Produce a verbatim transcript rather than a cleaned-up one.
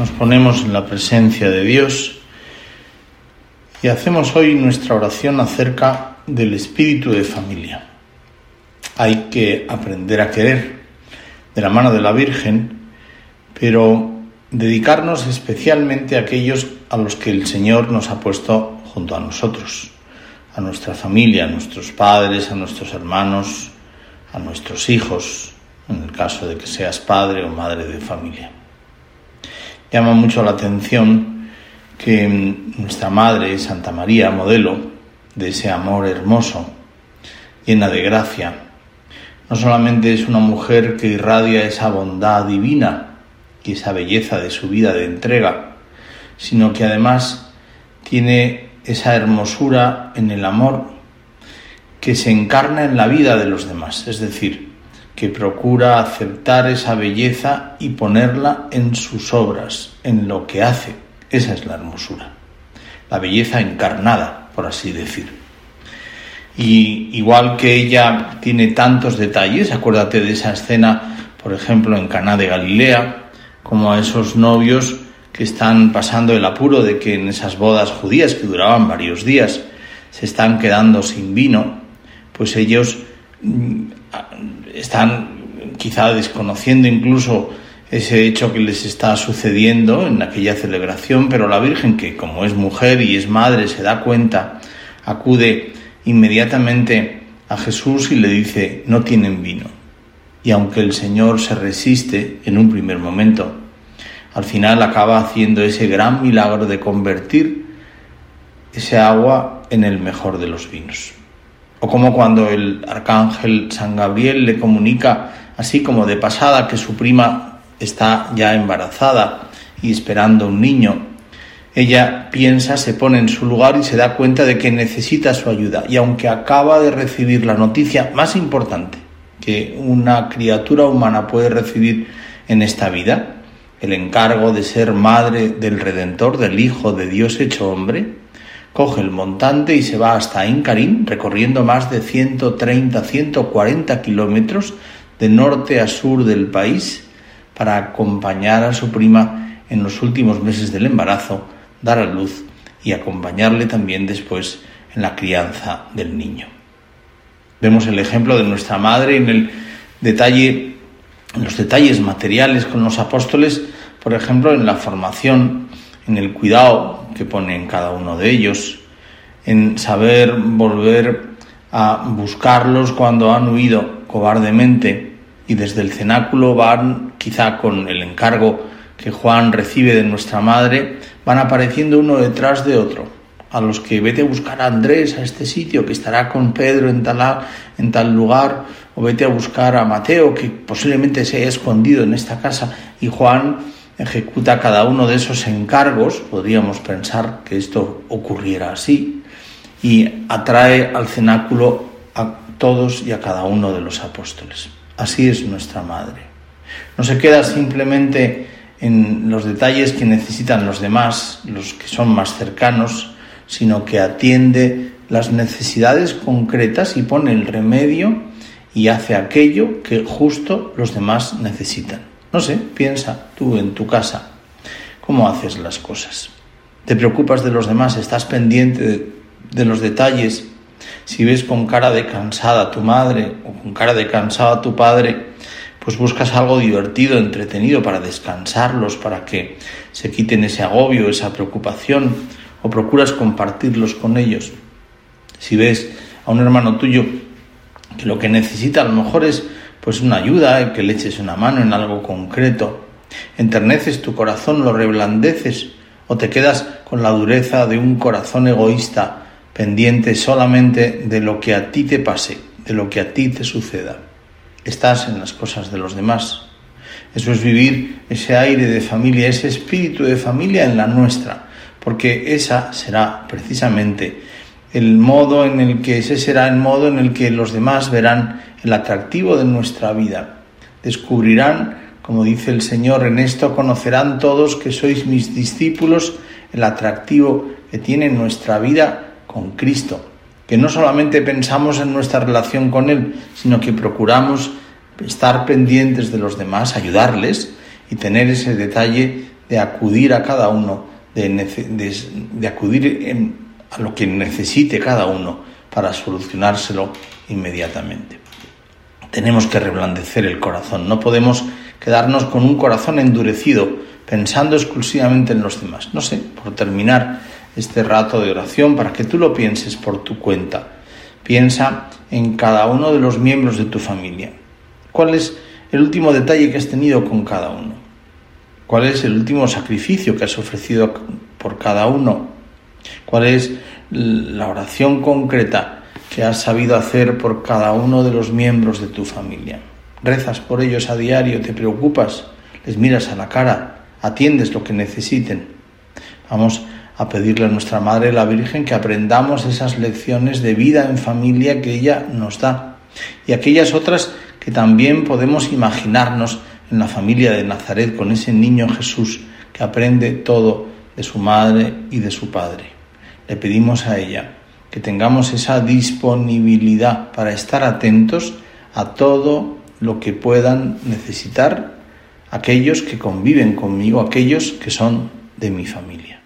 Nos ponemos en la presencia de Dios y hacemos hoy nuestra oración acerca del espíritu de familia. Hay que aprender a querer de la mano de la Virgen, pero dedicarnos especialmente a aquellos a los que el Señor nos ha puesto junto a nosotros, a nuestra familia, a nuestros padres, a nuestros hermanos, a nuestros hijos, en el caso de que seas padre o madre de familia. Llama mucho la atención que nuestra Madre, Santa María, modelo de ese amor hermoso, llena de gracia, no solamente es una mujer que irradia esa bondad divina y esa belleza de su vida de entrega, sino que además tiene esa hermosura en el amor que se encarna en la vida de los demás, es decir, que procura aceptar esa belleza y ponerla en sus obras, en lo que hace. Esa es la hermosura, la belleza encarnada, por así decir. Y igual que ella tiene tantos detalles, acuérdate de esa escena, por ejemplo, en Caná de Galilea, como a esos novios que están pasando el apuro de que en esas bodas judías que duraban varios días se están quedando sin vino, pues ellos están quizá desconociendo incluso ese hecho que les está sucediendo en aquella celebración, pero la Virgen, que como es mujer y es madre, se da cuenta, acude inmediatamente a Jesús y le dice: no tienen vino. Y aunque el Señor se resiste en un primer momento, al final acaba haciendo ese gran milagro de convertir ese agua en el mejor de los vinos. O como cuando el arcángel San Gabriel le comunica, así como de pasada, que su prima está ya embarazada y esperando un niño. Ella piensa, se pone en su lugar y se da cuenta de que necesita su ayuda. Y aunque acaba de recibir la noticia más importante que una criatura humana puede recibir en esta vida, el encargo de ser madre del Redentor, del Hijo de Dios hecho hombre, coge el montante y se va hasta Ain Karim, recorriendo más de ciento treinta, ciento cuarenta kilómetros de norte a sur del país para acompañar a su prima en los últimos meses del embarazo, dar a luz y acompañarle también después en la crianza del niño. Vemos el ejemplo de nuestra madre en el detalle, en los detalles materiales con los apóstoles, por ejemplo, en la formación, en el cuidado que pone en cada uno de ellos, en saber volver a buscarlos cuando han huido cobardemente y desde el cenáculo van, quizá con el encargo que Juan recibe de nuestra madre, van apareciendo uno detrás de otro, a los que vete a buscar a Andrés a este sitio que estará con Pedro en tal, en tal lugar, o vete a buscar a Mateo que posiblemente se haya escondido en esta casa, y Juan ejecuta cada uno de esos encargos. Podríamos pensar que esto ocurriera así, y atrae al cenáculo a todos y a cada uno de los apóstoles. Así es nuestra Madre. No se queda simplemente en los detalles que necesitan los demás, los que son más cercanos, sino que atiende las necesidades concretas y pone el remedio y hace aquello que justo los demás necesitan. No sé, piensa tú en tu casa, ¿cómo haces las cosas? ¿Te preocupas de los demás? ¿Estás pendiente de, de los detalles? Si ves con cara de cansada a tu madre o con cara de cansado a tu padre, pues buscas algo divertido, entretenido para descansarlos, para que se quiten ese agobio, esa preocupación, o procuras compartirlos con ellos. Si ves a un hermano tuyo que lo que necesita a lo mejor es pues una ayuda, que le eches una mano en algo concreto, enterneces tu corazón, lo reblandeces, o te quedas con la dureza de un corazón egoísta, pendiente solamente de lo que a ti te pase, de lo que a ti te suceda. Estás en las cosas de los demás. Eso es vivir ese aire de familia, ese espíritu de familia en la nuestra, porque esa será precisamente el modo en el que, ese será el modo en el que los demás verán el atractivo de nuestra vida. Descubrirán, como dice el Señor, en esto conocerán todos que sois mis discípulos, el atractivo que tiene nuestra vida con Cristo, que no solamente pensamos en nuestra relación con Él, sino que procuramos estar pendientes de los demás, ayudarles y tener ese detalle de acudir a cada uno, de, de, de acudir en, a lo que necesite cada uno para solucionárselo inmediatamente. Tenemos que reblandecer el corazón, no podemos quedarnos con un corazón endurecido pensando exclusivamente en los demás. No sé, por terminar este rato de oración, para que tú lo pienses por tu cuenta, piensa en cada uno de los miembros de tu familia. ¿Cuál es el último detalle que has tenido con cada uno? ¿Cuál es el último sacrificio que has ofrecido por cada uno? ¿Cuál es la oración concreta que has sabido hacer por cada uno de los miembros de tu familia? ¿Rezas por ellos a diario? ¿Te preocupas? ¿Les miras a la cara? ¿Atiendes lo que necesiten? Vamos a pedirle a nuestra Madre la Virgen que aprendamos esas lecciones de vida en familia que ella nos da, y aquellas otras que también podemos imaginarnos en la familia de Nazaret con ese niño Jesús que aprende todo de su madre y de su padre. Le pedimos a ella que tengamos esa disponibilidad para estar atentos a todo lo que puedan necesitar aquellos que conviven conmigo, aquellos que son de mi familia.